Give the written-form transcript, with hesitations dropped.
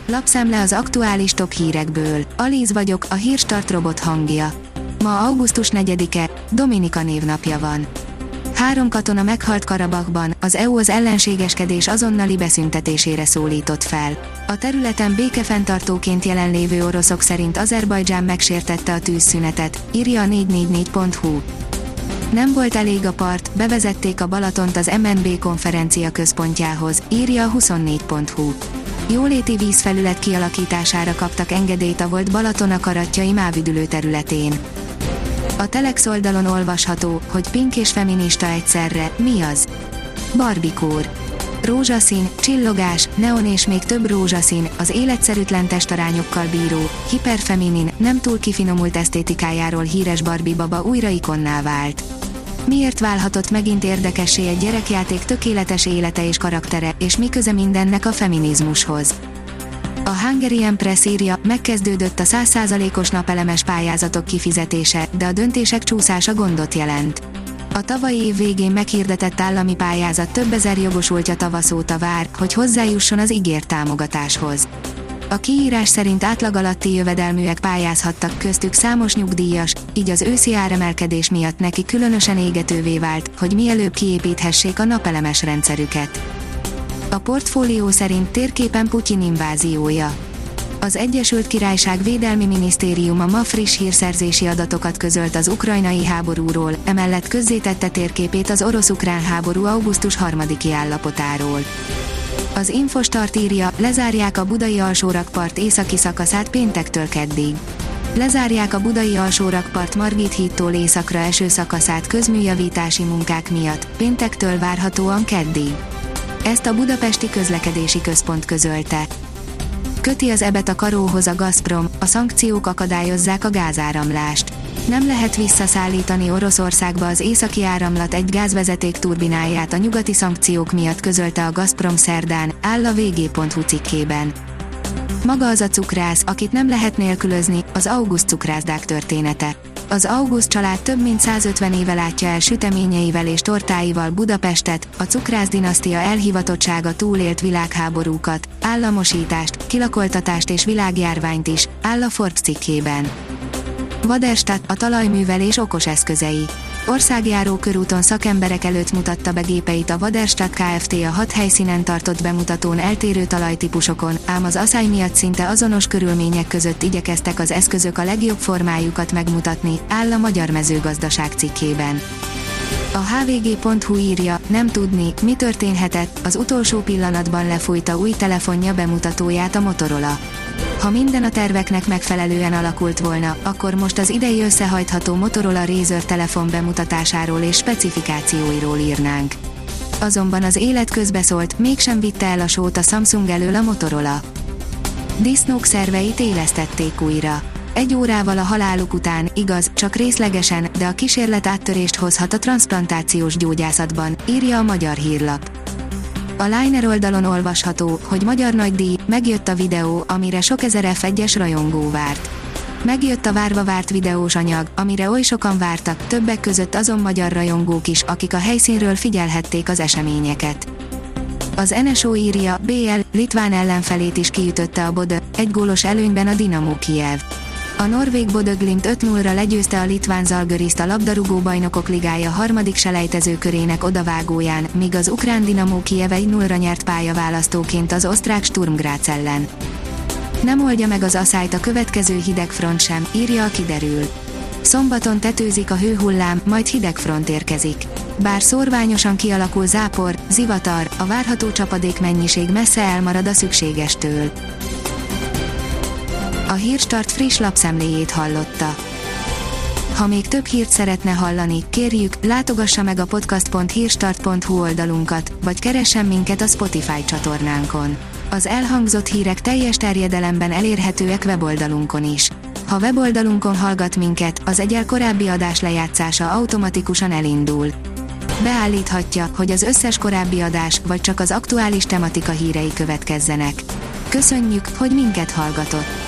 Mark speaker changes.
Speaker 1: Lapszemle az aktuális top hírekből. Alíz vagyok, a Hírstart robot hangja. Ma augusztus 4-e, Dominika névnapja van. 3 katona meghalt Karabachban, az EU az ellenségeskedés azonnali beszüntetésére szólított fel. A területen békefenntartóként jelenlévő oroszok szerint Azerbajdzsán megsértette a tűzszünetet, írja a 444.hu. Nem volt elég a part, bevezették a Balatont az MNB konferencia központjához, írja a 24.hu. Jóléti vízfelület kialakítására kaptak engedélyt a volt Balaton-akarattyai mávüdülő területén. A Telex oldalon olvasható, hogy pink és feminista egyszerre, mi az? Barbikór. Rózsaszín, csillogás, neon és még több rózsaszín, az életszerűtlen testarányokkal bíró, hiperfeminin, nem túl kifinomult esztétikájáról híres Barbie baba újra ikonná vált. Miért válhatott megint érdekessé egy gyerekjáték tökéletes élete és karaktere, és mi köze mindennek a feminizmushoz? A Hungarian Press írja, megkezdődött a 100%-os napelemes pályázatok kifizetése, de a döntések csúszása gondot jelent. A tavalyi év végén meghirdetett állami pályázat több ezer jogosultja tavasz óta vár, hogy hozzájusson az ígért támogatáshoz. A kiírás szerint átlag alatti jövedelműek pályázhattak, köztük számos nyugdíjas, így az őszi áremelkedés miatt neki különösen égetővé vált, hogy mielőbb kiépíthessék a napelemes rendszerüket. A portfólió szerint térképen Putyin inváziója. Az Egyesült Királyság Védelmi Minisztériuma ma friss hírszerzési adatokat közölt az ukrajnai háborúról, emellett közzétette térképét az orosz-ukrán háború augusztus 3-i állapotáról. Az Infostart írja, lezárják a budai alsórakpart északi szakaszát péntektől keddig. Lezárják a budai alsórakpart Margit hídtól északra eső szakaszát közműjavítási munkák miatt, péntektől várhatóan keddig. Ezt a Budapesti Közlekedési Központ közölte. Köti az ebet a karóhoz a Gazprom, a szankciók akadályozzák a gázáramlást. Nem lehet visszaszállítani Oroszországba az északi áramlat egy gázvezeték turbináját a nyugati szankciók miatt, közölte a Gazprom szerdán, áll a vg.hu cikkében. Maga az a cukrász, akit nem lehet nélkülözni, az August cukrászdák története. Az August család több mint 150 éve látja el süteményeivel és tortáival Budapestet, a cukrász dinasztia elhivatottsága túlélt világháborúkat, államosítást, kilakoltatást és világjárványt is, áll a Forbes cikkében. Waderstadt, a talajművelés okos eszközei. Országjáró körúton szakemberek előtt mutatta be gépeit a Waderstadt Kft. A 6 helyszínen tartott bemutatón eltérő talajtípusokon, ám az aszály miatt szinte azonos körülmények között igyekeztek az eszközök a legjobb formájukat megmutatni, áll a Magyar Mezőgazdaság cikkében. A hvg.hu írja, nem tudni, mi történhetett, az utolsó pillanatban lefújta új telefonja bemutatóját a Motorola. Ha minden a terveknek megfelelően alakult volna, akkor most az idei összehajtható Motorola Razr telefon bemutatásáról és specifikációiról írnánk. Azonban az élet közbeszólt, mégsem vitte el a sót a Samsung elől a Motorola. Disznók szerveit élesztették újra. 1 órával a haláluk után, igaz, csak részlegesen, de a kísérlet áttörést hozhat a transzplantációs gyógyászatban, írja a Magyar Hírlap. A Liner oldalon olvasható, hogy magyar nagydíj, megjött a videó, amire sok ezer F1-es rajongó várt. Megjött a várva várt videós anyag, amire oly sokan vártak, többek között azon magyar rajongók is, akik a helyszínről figyelhették az eseményeket. Az NSO írja, BL, litván ellenfelét is kiütötte a Bodø, 1 gólos előnyben a Dinamo Kijev. A norvég Bodø Glimt 5-0-ra legyőzte a litván Zalgiriszt a labdarúgó bajnokok ligája 3. selejtezőkörének odavágóján, míg az ukrán Dinamo Kijev 1-0-ra nyert pályaválasztóként az osztrák Sturm Graz ellen. Nem oldja meg az aszályt a következő hidegfront sem, írja a Kiderül. Szombaton tetőzik a hőhullám, majd hidegfront érkezik. Bár szórványosan kialakul zápor, zivatar, a várható csapadék mennyiség messze elmarad a szükségestől. A Hírstart friss lapszemléjét hallotta. Ha még több hírt szeretne hallani, kérjük, látogassa meg a podcast.hírstart.hu oldalunkat, vagy keressen minket a Spotify csatornánkon. Az elhangzott hírek teljes terjedelemben elérhetőek weboldalunkon is. Ha weboldalunkon hallgat minket, az egyel korábbi adás lejátszása automatikusan elindul. Beállíthatja, hogy az összes korábbi adás, vagy csak az aktuális tematika hírei következzenek. Köszönjük, hogy minket hallgatott!